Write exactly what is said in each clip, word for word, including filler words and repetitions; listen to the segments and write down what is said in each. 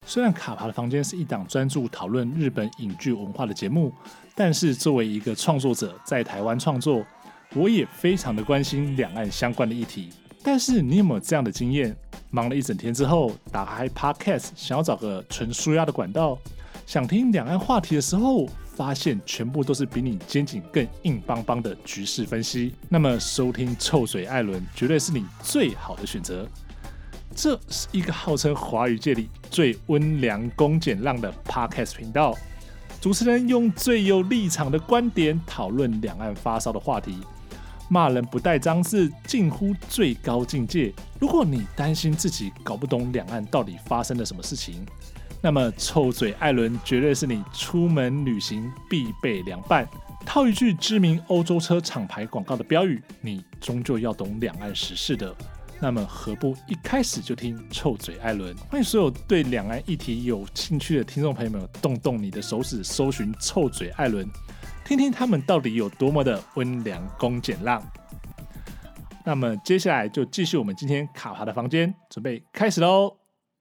虽然卡帕的房间是一档专注讨论日本影剧文化的节目，但是作为一个创作者在台湾创作，我也非常的关心两岸相关的议题。但是你有没有这样的经验？忙了一整天之后，打开 Podcast 想要找个纯抒压的管道，想听两岸话题的时候，发现全部都是比你肩颈更硬邦邦的局势分析。那么收听臭嘴艾伦绝对是你最好的选择。这是一个号称华语界里最温良恭俭让的 Podcast 频道，主持人用最有立场的观点讨论两岸发烧的话题，骂人不带脏字，近乎最高境界。如果你担心自己搞不懂两岸到底发生了什么事情，那么臭嘴艾伦绝对是你出门旅行必备良伴。套一句知名欧洲车厂牌广告的标语，你终究要懂两岸时事的。那么何不一开始就听臭嘴艾伦？欢迎所有对两岸议题有兴趣的听众朋友们，动动你的手指搜寻臭嘴艾伦，听听他们到底有多么的温良恭俭让。那么接下来就继续我们今天卡帕的房间，准备开始咯。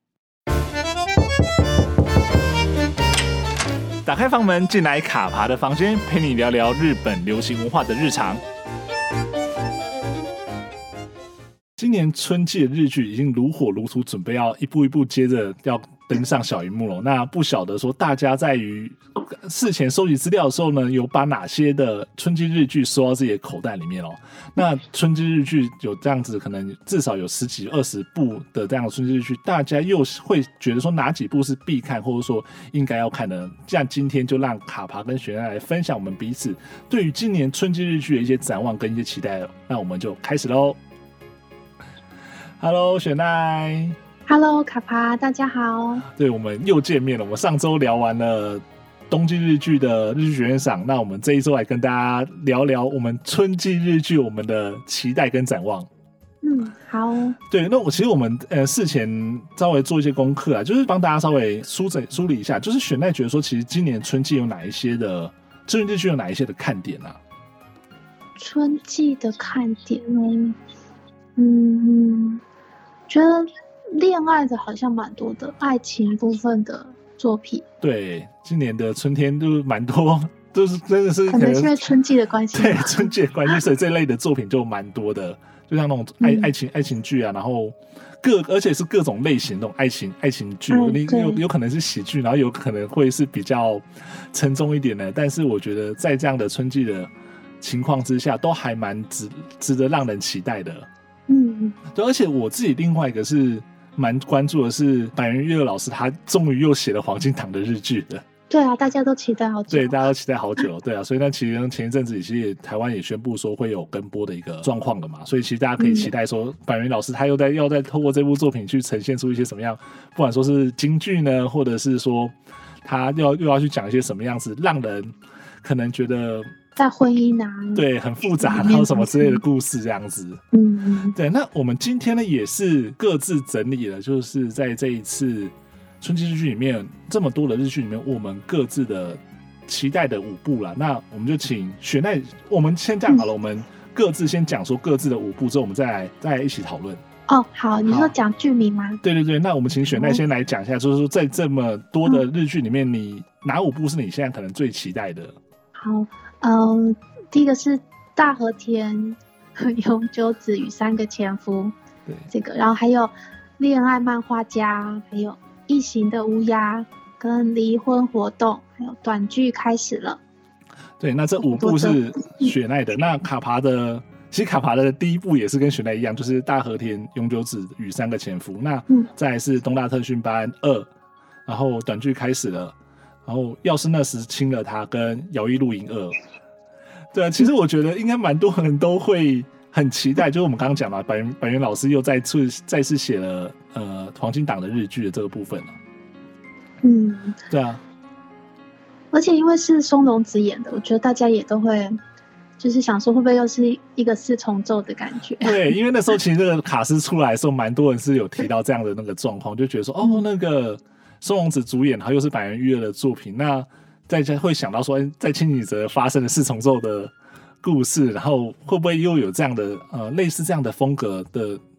打开房门，进来卡帕的房间，陪你聊聊日本流行文化的日常。今年春季的日剧已经如火如荼，准备要一步一步接着要登上小荧幕了。那不晓得说大家在于事前收集资料的时候呢，有把哪些的春季日剧收到自己的口袋里面哦？那春季日剧有这样子，可能至少有十几、二十部的这样的春季日剧，大家又会觉得说哪几部是必看，或者说应该要看的？这样今天就让卡帕跟雪奈来分享我们彼此对于今年春季日剧的一些展望跟一些期待。那我们就开始喽。Hello， 雪奈。 Hello， 卡帕，大家好。 对，我们又见面了。我们上周聊完了冬季日剧的日剧学院赏，那我们这一周来跟大家聊聊我们春季日剧我们的期待跟展望。 嗯，好。 对，那我其实我们呃事前稍微做一些功课啊，就是帮大家稍微梳整梳理一下，就是雪奈觉得说，其实今年春季有哪一些的春季日剧有哪一些的看点啊？ 春季的看点哦，嗯。觉得恋爱的好像蛮多的，爱情部分的作品。 对，今年的春天就蛮多，就是真的是可能是因为春季的关系。 对，春季的关系，所以这类的作品就蛮多的，就像那种爱、嗯、爱情爱情剧啊，然后各而且是各种类型那种爱情爱情剧，嗯、有有可能是喜剧，然后有可能会是比较沉重一点的。但是我觉得在这样的春季的情况之下，都还蛮值值得让人期待的。嗯，对，而且我自己另外一个是蛮关注的是板垣瑞二老师，他终于又写了黄金档的日剧了。 对啊，大家都期待好久。 对，大家都期待好久。对啊，所以那其实前一阵子其实也台湾也宣布说会有跟播的一个状况了嘛，所以其实大家可以期待说板垣老师他又在要再透过这部作品去呈现出一些什么样，不管说是京剧呢，或者是说他要又要去讲一些什么样子，让人可能觉得。 在婚姻啊， 对，很复杂，然后什么之类的故事这样子。嗯，对。那我们今天呢，也是各自整理了，就是在这一次春季日剧里面这么多的日剧里面，我们各自的期待的五部啦。那我们就请雪奈，我们先这样好了，嗯、我们各自先讲说各自的五部，之后我们再来再来一起讨论。 哦，好，你说讲剧名吗？ 对对对，那我们请雪奈先来讲一下，就是说在这么多的日剧里面，你哪五部是你现在可能最期待的？ 好。嗯，第一个是大和田永久子与三个前夫，对，这个，然后还有恋爱漫画家，还有异形的乌鸦，跟离婚活动，还有短剧开始了。对，那这五部是雪奈的。那卡帕的，其实卡帕的第一部也是跟雪奈一样，就是大和田永久子与三个前夫。那再来是东大特训班二，然后短剧开始了。然后要是那时亲了他跟摇曳露营二，对啊，其实我觉得应该蛮多人都会很期待，就是我们刚刚讲嘛，板板垣老师又再次再次写了呃黄金档的日剧的这个部分了。嗯，对啊， 而且因为是松隆子演的，我觉得大家也都会就是想说会不会又是一个四重奏的感觉。 对，因为那时候其实这个卡司出来的时候，蛮多人是有提到这样的那个状况，就觉得说哦那个。松隆子主演，然后又是板垣瑞二的作品，那大家会想到说，在千景泽发生的四重奏的故事，然后会不会又有这样的呃类似这样的风格的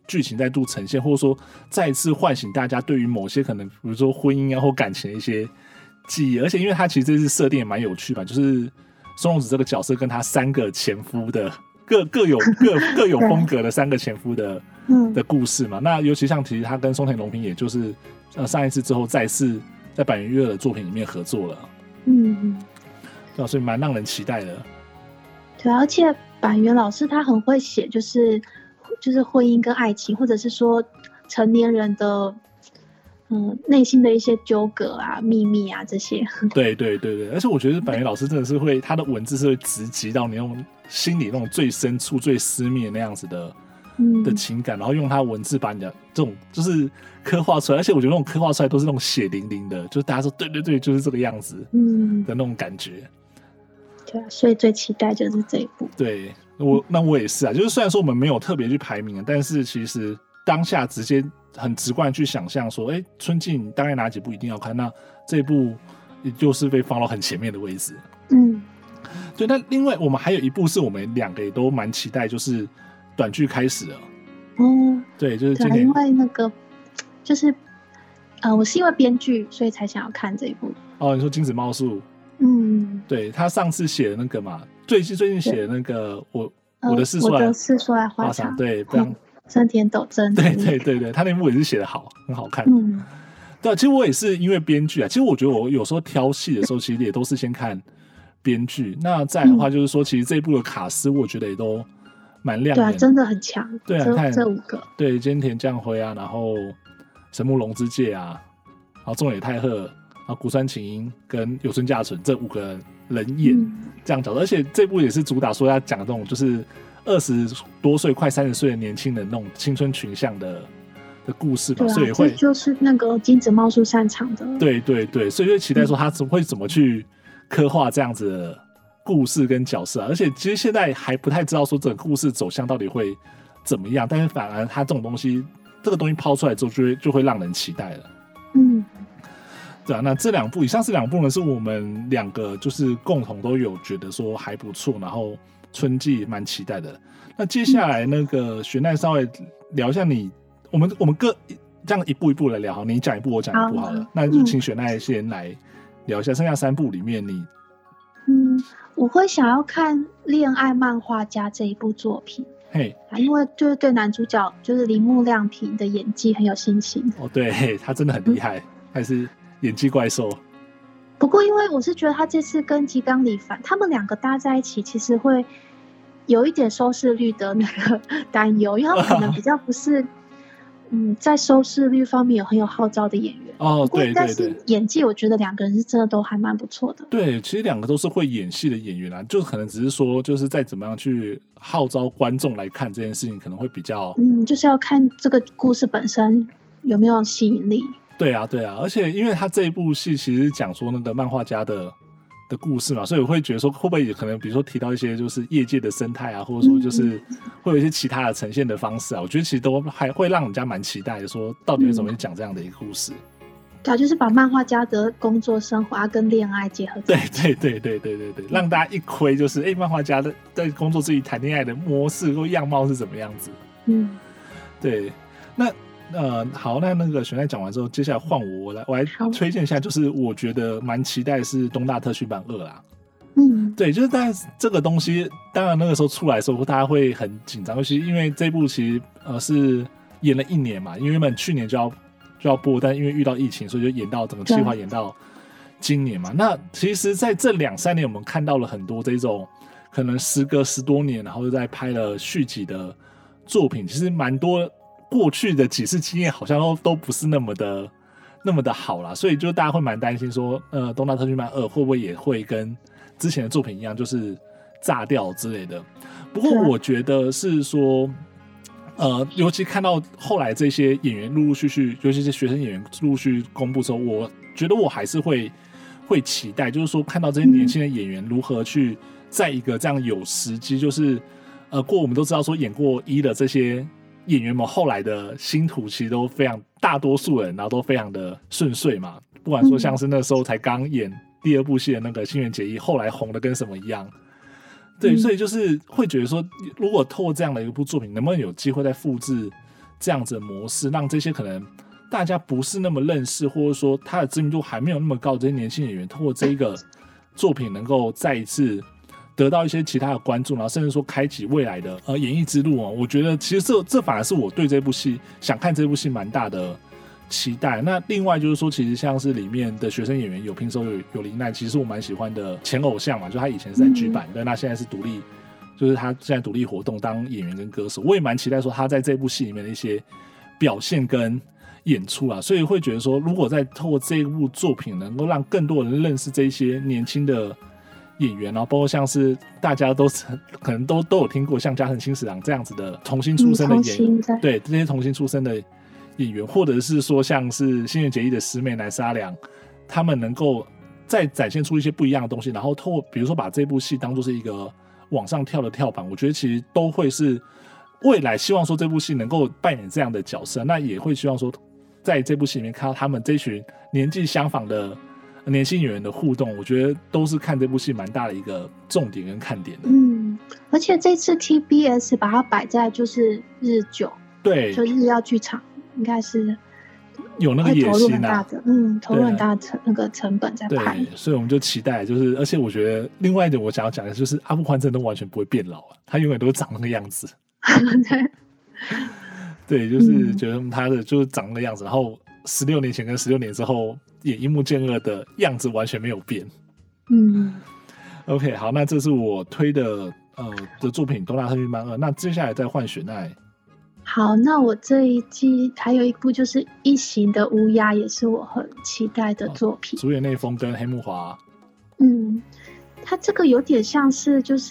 剧情再度呈现，或者说再一次唤醒大家对于某些可能比如说婚姻啊或感情的一些记忆。而且因为他其实这次设定也蛮有趣吧，就是松隆子这个角色跟他三个前夫的各各有各各有风格的三个前夫的的故事嘛。那尤其像其实他跟松田龙平也就是呃上一次之后再次在坂元裕二的作品里面合作了，嗯，对啊，所以蛮让人期待的。 对，而且坂元老师他很会写，就是就是婚姻跟爱情，或者是说成年人的嗯内心的一些纠葛啊、秘密啊这些。对对对对，而且我觉得坂元老师真的是会，他的文字是会直击到你那种心里那种最深处、最私密的那样子的。的情感，然后用他文字把你的这种就是刻画出来，而且我觉得那种刻画出来都是那种血淋淋的，就是大家说对对对，就是这个样子，嗯的那种感觉。 对啊，所以最期待就是这一部。 对，我那我也是啊，就是虽然说我们没有特别去排名，但是其实当下直接很直观去想象说，哎，春季你大概哪几部一定要看，那这一部也就是被放到很前面的位置。嗯，对。那另外我们还有一部是我们两个也都蛮期待，就是短剧开始了。哦，对，就是今年， 因为那个就是呃，我是因为编剧所以才想要看这一部。 哦，你说金子茂树？嗯，对，他上次写的那个嘛，最近最近写的那个我、呃、我的事说来， 我的事说来话长， 对，这样森田斗真， 对对对对，他那部也是写的好，很好看。嗯，对，其实我也是因为编剧啊，其实我觉得我有时候挑戏的时候，其实也都是先看编剧。那再来的话，就是说，其实这一部的卡司，我觉得也都蛮亮眼的， 对啊，真的很强。 对啊，看这五个， 对，菅田将晖啊，然后神木隆之介啊，然后中野太贺，然后古川琴音跟有村架纯这五个人演、嗯、这样角色，而且这部也是主打说要讲这种就是二十多岁快三十岁的年轻人那种青春群像的的故事吧， 对啊， 所以会这就是那个金子茂树擅长的。 对对对，所以就期待说他会怎么去刻画这样子的故事跟角色、啊，而且其实现在还不太知道说整个故事走向到底会怎么样，但是反而他这种东西，这个东西抛出来之后就会就会让人期待了。嗯，对啊，那这两部以上是两部呢，是我们两个就是共同都有觉得说还不错，然后春季蛮期待的。那接下来那个雪奈稍微聊一下你，我们我们各这样一步一步来聊，好，你讲一部我讲一部好了，好，那就请雪奈先来聊一下剩下三部里面你。 嗯，我会想要看《恋爱漫画家》这一部作品，嘿、啊，因为就是对男主角就是铃木亮平的演技很有信心。 哦，对，他真的很厉害，嗯、还是演技怪兽。 不过，因为我是觉得他这次跟吉冈里帆他们两个搭在一起，其实会有一点收视率的那个担忧，因为他们可能比较不是。嗯，在收视率方面有很有号召的演员哦，对对对， 但是演技我觉得两个人是真的都还蛮不错的。 对，其实两个都是会演戏的演员啊，就可能只是说，就是再怎么样去号召观众来看这件事情，可能会比较嗯，就是要看这个故事本身有没有吸引力。 对啊，对啊，而且因为他这一部戏其实讲说那个漫画家的。的故事嘛，所以我会觉得说，会不会也可能，比如说提到一些就是业界的生态啊，或者说就是会有一些其他的呈现的方式啊，我觉得其实都还会让人家蛮期待的，说到底会怎么讲这样的一个故事。 对啊，就是把漫画家的工作生活啊跟恋爱结合在一起。 对对对对对对对，让大家一窥就是，哎、欸，漫画家的在工作之余谈恋爱的模式或样貌是怎么样子。嗯，对，那。呃，好，那那个雪奈讲完之后，接下来换我，我来我来推荐一下，就是我觉得蛮期待的是东大特训版二啦。嗯，对，就是但这个东西，当然那个时候出来的时候，大家会很紧张，尤其因为这部其实呃是演了一年嘛，因为原本去年就要就要播，但因为遇到疫情，所以就演到整个计划演到今年嘛。那其实在这两三年，我们看到了很多这种可能时隔十多年，然后又在拍了续集的作品，其实蛮多。过去的几次经验好像 都, 都不是那么的那么的好啦，所以就大家会蛮担心说，呃，东大特训版二会不会也会跟之前的作品一样，就是炸掉之类的。不过我觉得是说，呃，尤其看到后来这些演员陆陆续续，尤其是学生演员陆陆续公布之后，我觉得我还是会会期待，就是说看到这些年轻的演员如何去在一个这样有时机，就是呃，过我们都知道说演过一的这些。演员们后来的星途其实都非常，大多数人然后都非常的顺遂嘛。不管说像是那时候才刚演第二部戏的那个新垣结衣，后来红的跟什么一样。对，所以就是会觉得说，如果透过这样的一部作品，能不能有机会再复制这样子的模式，让这些可能大家不是那么认识，或者说他的知名度还没有那么高的这些年轻演员，透过这一个作品能够再一次得到一些其他的关注，然后甚至说开启未来的呃演艺之路哦。我觉得其实这这反而是我对这部戏想看这部戏蛮大的期待。那另外就是说，其实像是里面的学生演员有平手有有林奈，其实我蛮喜欢的前偶像嘛，就他以前是在剧版的，嗯、那现在是独立，就是他现在独立活动当演员跟歌手，我也蛮期待说他在这部戏里面的一些表现跟演出啊，所以会觉得说，如果在透过这部作品能够让更多人认识这些年轻的演员，然后包括像是大家都可能 都, 都有听过像加藤清史郎这样子的童星出身的演员、嗯、对这些童星出身的演员，或者是说像是新垣结衣的师妹乃木坂良，他们能够再展现出一些不一样的东西，然后透过比如说把这部戏当作是一个往上跳的跳板，我觉得其实都会是未来希望说这部戏能够扮演这样的角色，那也会希望说在这部戏里面看到他们这群年纪相仿的年轻演员的互动，我觉得都是看这部戏蛮大的一个重点跟看点的。嗯， 而且这次 T B S 把它摆在就是日久， 对， 就日曜剧场，应该是有那个野心啊，嗯，投入很大的那个成本在拍， 对，所以我们就期待，就是而且我觉得另外一点我想要讲的就是阿部宽真的完全不会变老啊，他永远都是长那个样子。对。对，就是觉得他的就是长那个样子，然后十六年前跟十六年之后演樱木健二的样子完全没有变。嗯 ，OK， 好，那这是我推的呃的作品《东大特训班二》，那接下来再换雪奈。 好，那我这一季还有一部就是《异形的乌鸦》，也是我很期待的作品。 主演内丰跟黑木华。 嗯，他这个有点像是就是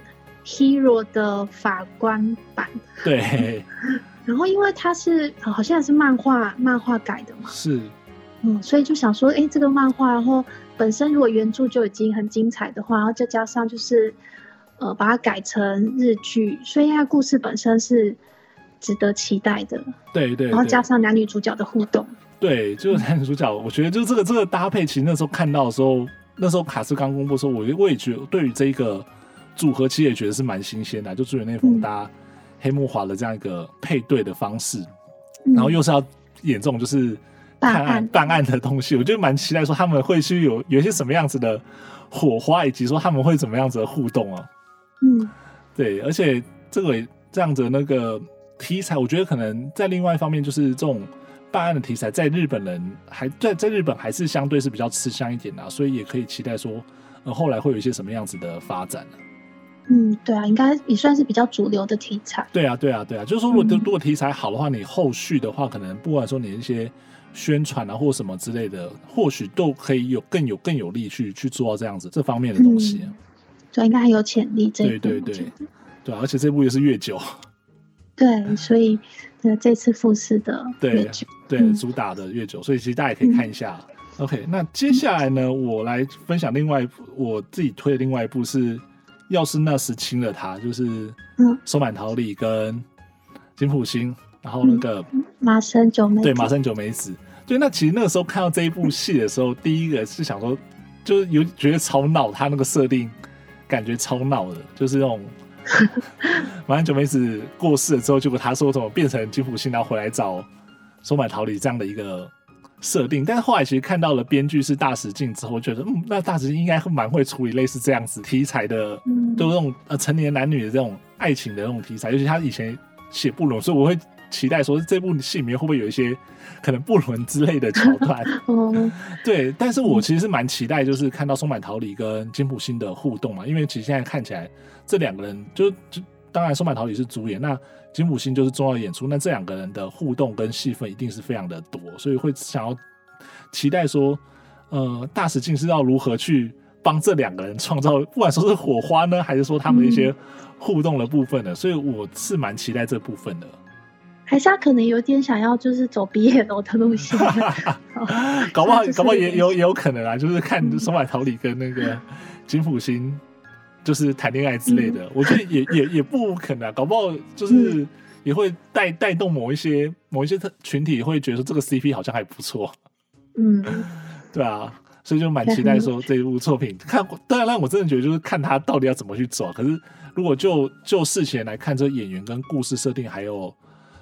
Hero 的法官版。 对。 然后因为它是好像是漫画漫画改的嘛， 是， 嗯，所以就想说，哎，这个漫画，然后本身如果原著就已经很精彩的话，然后再加上就是呃把它改成日剧，所以它故事本身是值得期待的。 对 对, 对， 然后加上男女主角的互动， 对，就是男女主角，我觉得就这个这个搭配，其实那时候看到的时候，那时候卡斯刚公布的时候，我我也觉得对于这一个组合，其实也觉得是蛮新鲜的，就主演内丰搭。嗯黑木华的这样一个配对的方式，嗯、然后又是要演这种就是办案办案的东西，我觉得蛮期待说他们会去有有一些什么样子的火花，以及说他们会怎么样子的互动啊。嗯，对，而且这个这样子的那个题材，我觉得可能在另外一方面就是这种办案的题材，在日本人还在在日本还是相对是比较吃香一点的、啊，所以也可以期待说，呃，后来会有一些什么样子的发展、啊。 嗯，对啊，应该也算是比较主流的题材。 对啊，对啊，对啊，就是说如果、嗯，如果题材好的话，你后续的话，可能不管说你一些宣传啊或什么之类的，或许都可以有更有更有力去去做到这样子这方面的东西、啊。嗯， 对，应该很有潜力。这一部对对对，对、啊，而且这部也是月九。 对，所以呃，这次富士的月九， 对，对、嗯，主打的月九，所以其实大家也可以看一下。嗯、OK， 那接下来呢，我来分享另外我自己推的另外一部是。要是那时亲了他，就是松坂桃李跟金普星，然后那个麻生久美子， 对麻生久美子，对，那其实那个时候看到这一部戏的时候，第一个是想说，就是有觉得超闹，他那个设定感觉超闹的，就是那种麻生久美子过世了之后，结果他说怎么变成金普星，然后回来找松坂桃李这样的一个设定，但是后来其实看到了编剧是大石静之后，觉得嗯，那大石静应该蛮会处理类似这样子题材的，嗯，就那种呃成年男女的这种爱情的那种题材，尤其他以前写不伦，所以我会期待说这部戏里面会不会有一些可能不伦之类的桥段。嗯，对，但是我其实是蛮期待，就是看到松坂桃李跟金普星的互动嘛，因为其实现在看起来这两个人就就当然松坂桃李是主演，那金普星就是重要的演出，那这两个人的互动跟戏份一定是非常的多，所以会想要期待说，呃，大石静是要如何去帮这两个人创造，不管说是火花呢，还是说他们的一些互动的部分的，所以我是蛮期待这部分的。 还是他可能有点想要就是走毕业楼的路线， 搞不好搞不好也有也有可能啊，就是看松坂桃李跟那个金普星就是谈恋爱之类的，嗯、我觉得也也也不可能啊，搞不好就是也会带带动某一些某一些群体会觉得说这个 C P 好像还不错，嗯，对啊，所以就蛮期待说这一部作品看，当然我真的觉得就是看他到底要怎么去走，可是如果就就事前来看，这演员跟故事设定还有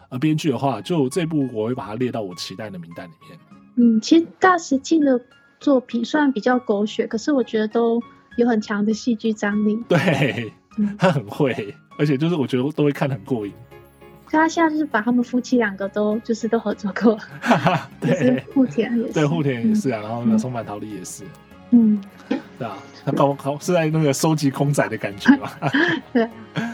呃编剧的话，就这部我会把它列到我期待的名单里面。 嗯，其实大石进的作品虽然比较狗血，可是我觉得都有很强的戏剧张力。 对，嗯、他很会，而且就是我觉得都会看得很过瘾。 他现在就是把他们夫妻两个都就是都合作过，对，户田也是， 对，户田也是啊，嗯、然后那松坂桃李也是， 嗯， 对啊，他高高是在那个收集公仔的感觉嘛， 对。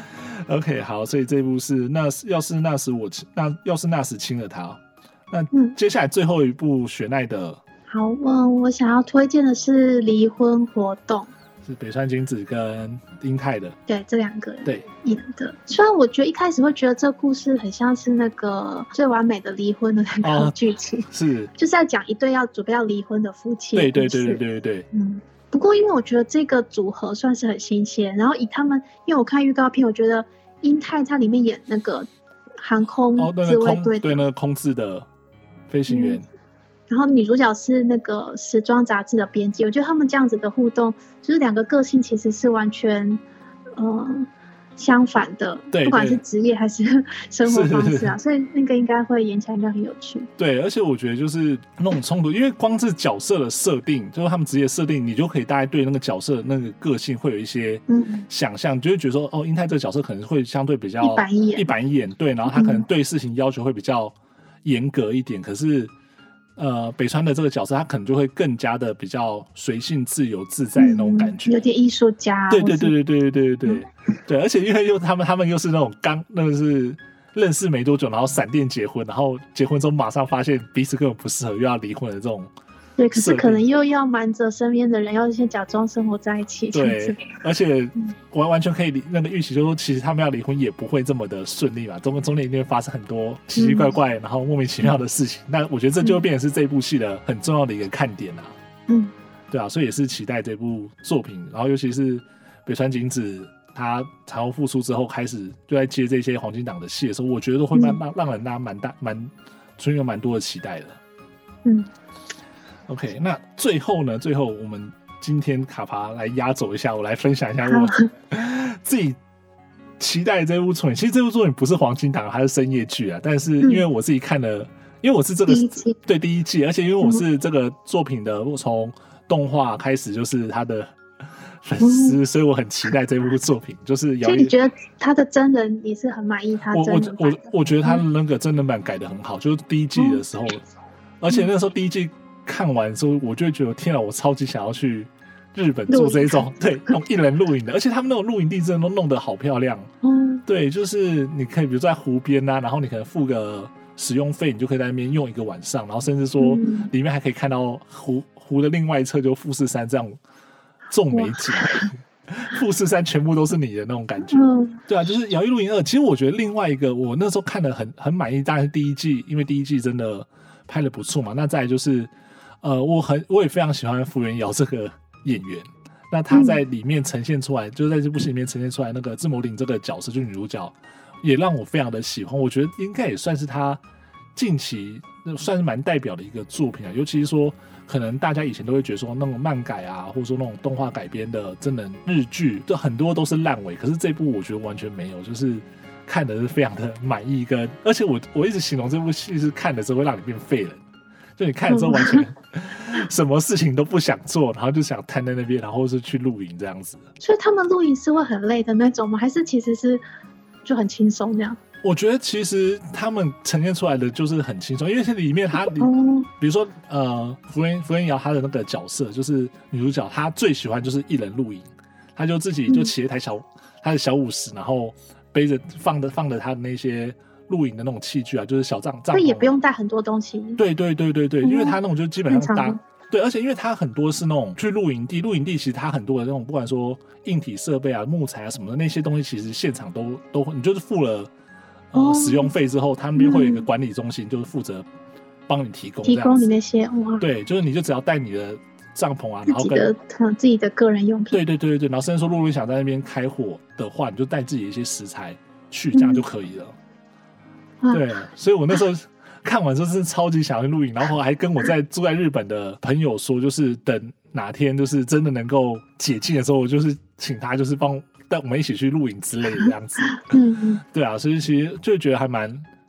OK， 好，所以这部是那要是那时我那要是那时亲了他，那接下来最后一部雪奈的， 好，嗯，我想要推荐的是《离婚活动》。 是北川景子跟英泰的， 对，这两个人对演的。虽然我觉得一开始会觉得这故事很像是那个最完美的离婚的那个剧情，哦、 是就是在讲一对要准备要离婚的夫妻的。 对对对对对对， 嗯。不过因为我觉得这个组合算是很新鲜，然后以他们，因为我看预告片，我觉得英泰他里面演那个航空自卫队、 哦、对那个空自的飞行员。嗯， 然后女主角是那个时装杂志的编辑，我觉得他们这样子的互动，就是两个个性其实是完全，呃，相反的， 对， 不管是职业还是生活方式啊，所以那个应该会演起来应该很有趣。 对，而且我觉得就是那种冲突，因为光是角色的设定，就是他们职业设定，你就可以大概对那个角色那个个性会有一些想象，嗯、就会觉得说，哦，英泰这个角色可能会相对比较一板一眼， 一板一眼，对，然后他可能对事情要求会比较严格一点，嗯、可是。呃，北川的这个角色，他可能就会更加的比较随性、自由自在的那种感觉， 嗯、有点艺术家。 对对对对对对对对、嗯、对，而且因为又他们他们又是那种刚那个是认识没多久，然后闪电结婚，然后结婚之后马上发现彼此根本不适合，又要离婚的这种。 对，可是可能又要瞒着身边的人，要先假装生活在一起。 对，而且完完全可以那个预期，就是说，其实他们要离婚也不会这么的顺利嘛，中中间一定会发生很多奇奇怪怪、嗯、然后莫名其妙的事情。嗯、那我觉得这就会变成是这部戏的很重要的一个看点啊。嗯，对啊，所以也是期待这部作品。然后尤其是北川景子他产后复出之后，开始就在接这些黄金档的戏的时候，我觉得都会蛮让让人大蛮大蛮存有蛮多的期待的。嗯。OK， 那最后呢？最后我们今天卡帕来压轴一下，我来分享一下我自己期待的这部作品。其实这部作品不是黄金档，它是深夜剧啊。但是因为我自己看了，嗯、因为我是这个第对第一季，而且因为我是这个作品的，我从动画开始就是他的粉丝、嗯，所以我很期待这部作品。就是所以你觉得他的真人你是很满意他真人版的？ 我我我觉得他的那个真人版改得很好，就是第一季的时候，嗯、而且那时候第一季。看完之后，我就会觉得天啊，我超级想要去日本做这种对那种一人露营的，而且他们那种露营地真的都弄得好漂亮。嗯，对，就是你可以比如在湖边啊，然后你可能付个使用费，你就可以在那边用一个晚上，然后甚至说里面还可以看到湖湖的另外一侧就富士山这样纵美景，富士山全部都是你的那种感觉。嗯，对啊，就是《摇曳露营二》。其实我觉得另外一个我那时候看的很很满意，当然是第一季，因为第一季真的拍得不错嘛。那再来就是。呃，我很我也非常喜欢福原遥这个演员，那他在里面呈现出来，嗯、就在这部戏里面呈现出来那个志摩林这个角色，就是女主角，也让我非常的喜欢。我觉得应该也算是他近期算是蛮代表的一个作品啊，尤其是说，可能大家以前都会觉得说那种漫改啊，或者说那种动画改编的真人日剧，就很多都是烂尾，可是这部我觉得完全没有，就是看的是非常的满意跟，而且我我一直形容这部戏是看的时候会让你变废人。就你看了之后完全什么事情都不想做，然后就想瘫在那边，然后是去露营这样子。所以他们露营是会很累的那种吗？还是其实是就很轻松这样？ 我觉得其实他们呈现出来的就是很轻松，因为里面他、哦、比如说呃福原福原遥他的那个角色就是女主角，她最喜欢就是一人露营，她就自己就骑一台小、嗯、她的小五十，然后背着放的放的她的那些。露营的那种器具啊，就是小帐帐篷， 所以也不用带很多东西。 对对对对对，嗯、因为他那种就基本上搭对，而且因为他很多是那种去露营地，露营地其实他很多的那种，不管说硬体设备啊、木材啊什么的那些东西，其实现场都都你就是付了呃、哦、使用费之后，他们那边会有一个管理中心，嗯、就是负责帮你提供提供你那些哇， 对，就是你就只要带你的帐篷啊，然后跟自己的自己的个人用品， 对对对对对，然后甚至说如果你想在那边开火的话，你就带自己的一些食材去，这样就可以了。嗯对，所以我那时候看完之后是超级想要去露营，然后还跟我在住在日本的朋友说，就是等哪天就是真的能够解禁的时候，我就是请他就是帮带我们一起去露营之类的这样子。嗯，对啊，所以其实就觉得还蛮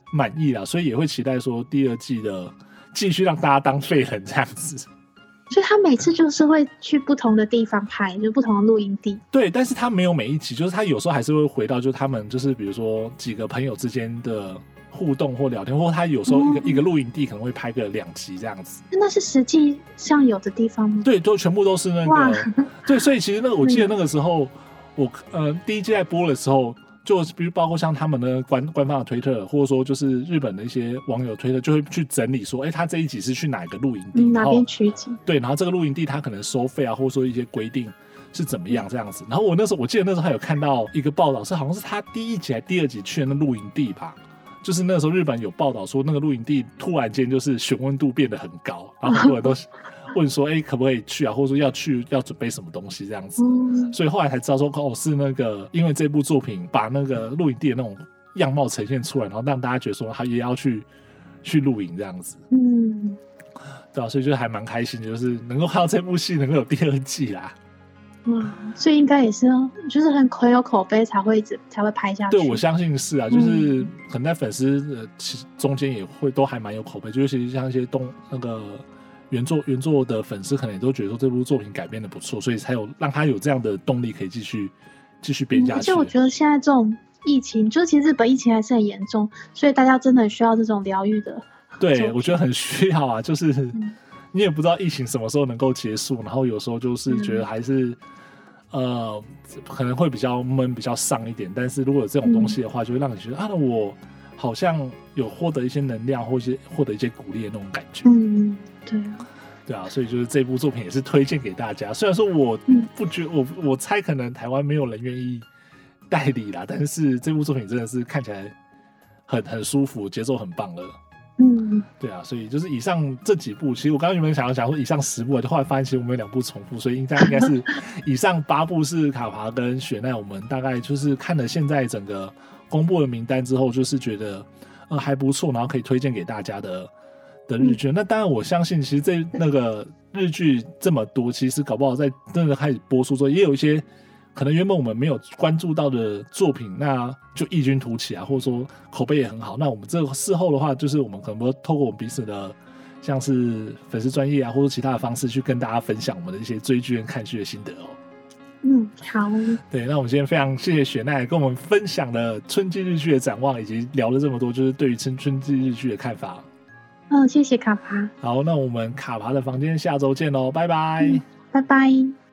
满意啦，所以也会期待说第二季的继续让大家当废人这样子。 所以他每次就是会去不同的地方拍，就不同的露营地。 对，但是他没有每一集，就是他有时候还是会回到，就是他们就是比如说几个朋友之间的互动或聊天，或他有时候一个、哦、一个露营地可能会拍个两集这样子。 那是实际上有的地方吗？ 对，都全部都是那个。对，所以其实那个我记得那个时候，我呃第一季在播的时候。就比如包括像他们的 官, 官方的推特，或者说就是日本的一些网友推特，就会去整理说，哎、欸，他这一集是去哪个露营地， 嗯、哪边取景？ 对，然后这个露营地他可能收费啊，或者说一些规定是怎么样这样子。然后我那时候我记得那时候还有看到一个报道，是好像是他第一集还第二集去的那露营地吧，就是那时候日本有报道说那个露营地突然间就是询问度变得很高，然后很多人都问说，哎、欸，可不可以去啊？或者说要去要准备什么东西这样子。嗯、所以后来才知道说，哦，是那个因为这部作品把那个露营地的那种样貌呈现出来，然后让大家觉得说他也要去去露营这样子。嗯，对啊，所以就还蛮开心，就是能够看到这部戏能够有第二季啦。 哇，所以应该也是就是很很有口碑才会一直才会拍下去。 对，我相信是啊，就是可能在粉丝呃中间也会都还蛮有口碑，就尤其是像一些动那个。原作原作的粉丝可能也都觉得说这部作品改编的不错，所以才有让他有这样的动力可以继续继续编下去。 而且我觉得现在这种疫情，就其实日本疫情还是很严重，所以大家真的很需要这种疗愈的。 对，我觉得很需要啊，就是你也不知道疫情什么时候能够结束，然后有时候就是觉得还是、嗯、呃可能会比较闷比较丧一点，但是如果有这种东西的话，就会让你觉得、嗯、啊我好像有获得一些能量或是获得一些鼓励的那种感觉。 嗯，对啊， 对啊，所以就是这部作品也是推荐给大家。虽然说我不觉、嗯、我我猜可能台湾没有人愿意代理啦，但是这部作品真的是看起来很很舒服，节奏很棒了。嗯，对啊，所以就是以上这几部，其实我刚刚原本想要讲说以上十部，就后来发现其实我们有两部重复，所以应该应该是以上八部是卡帕跟雪奈，我们大概就是看了现在整个公布的名单之后，就是觉得呃还不错，然后可以推荐给大家的的日剧、嗯。那当然我相信其实这那个日剧这么多，其实搞不好在真的开始播出之后，也有一些可能原本我们没有关注到的作品，那就异军突起啊，或者说口碑也很好。那我们这个事后的话，就是我们可能会透过我们彼此的像是粉丝专页啊，或者其他的方式去跟大家分享我们的一些追剧跟看剧的心得哦。 嗯，好。 对，那我们今天非常谢谢雪奈跟我们分享了春季日剧的展望，以及聊了这么多就是对于春春季日剧的看法。 嗯，谢谢卡帕。 好，那我们卡帕的房间下周见喽，拜拜。 嗯，拜拜。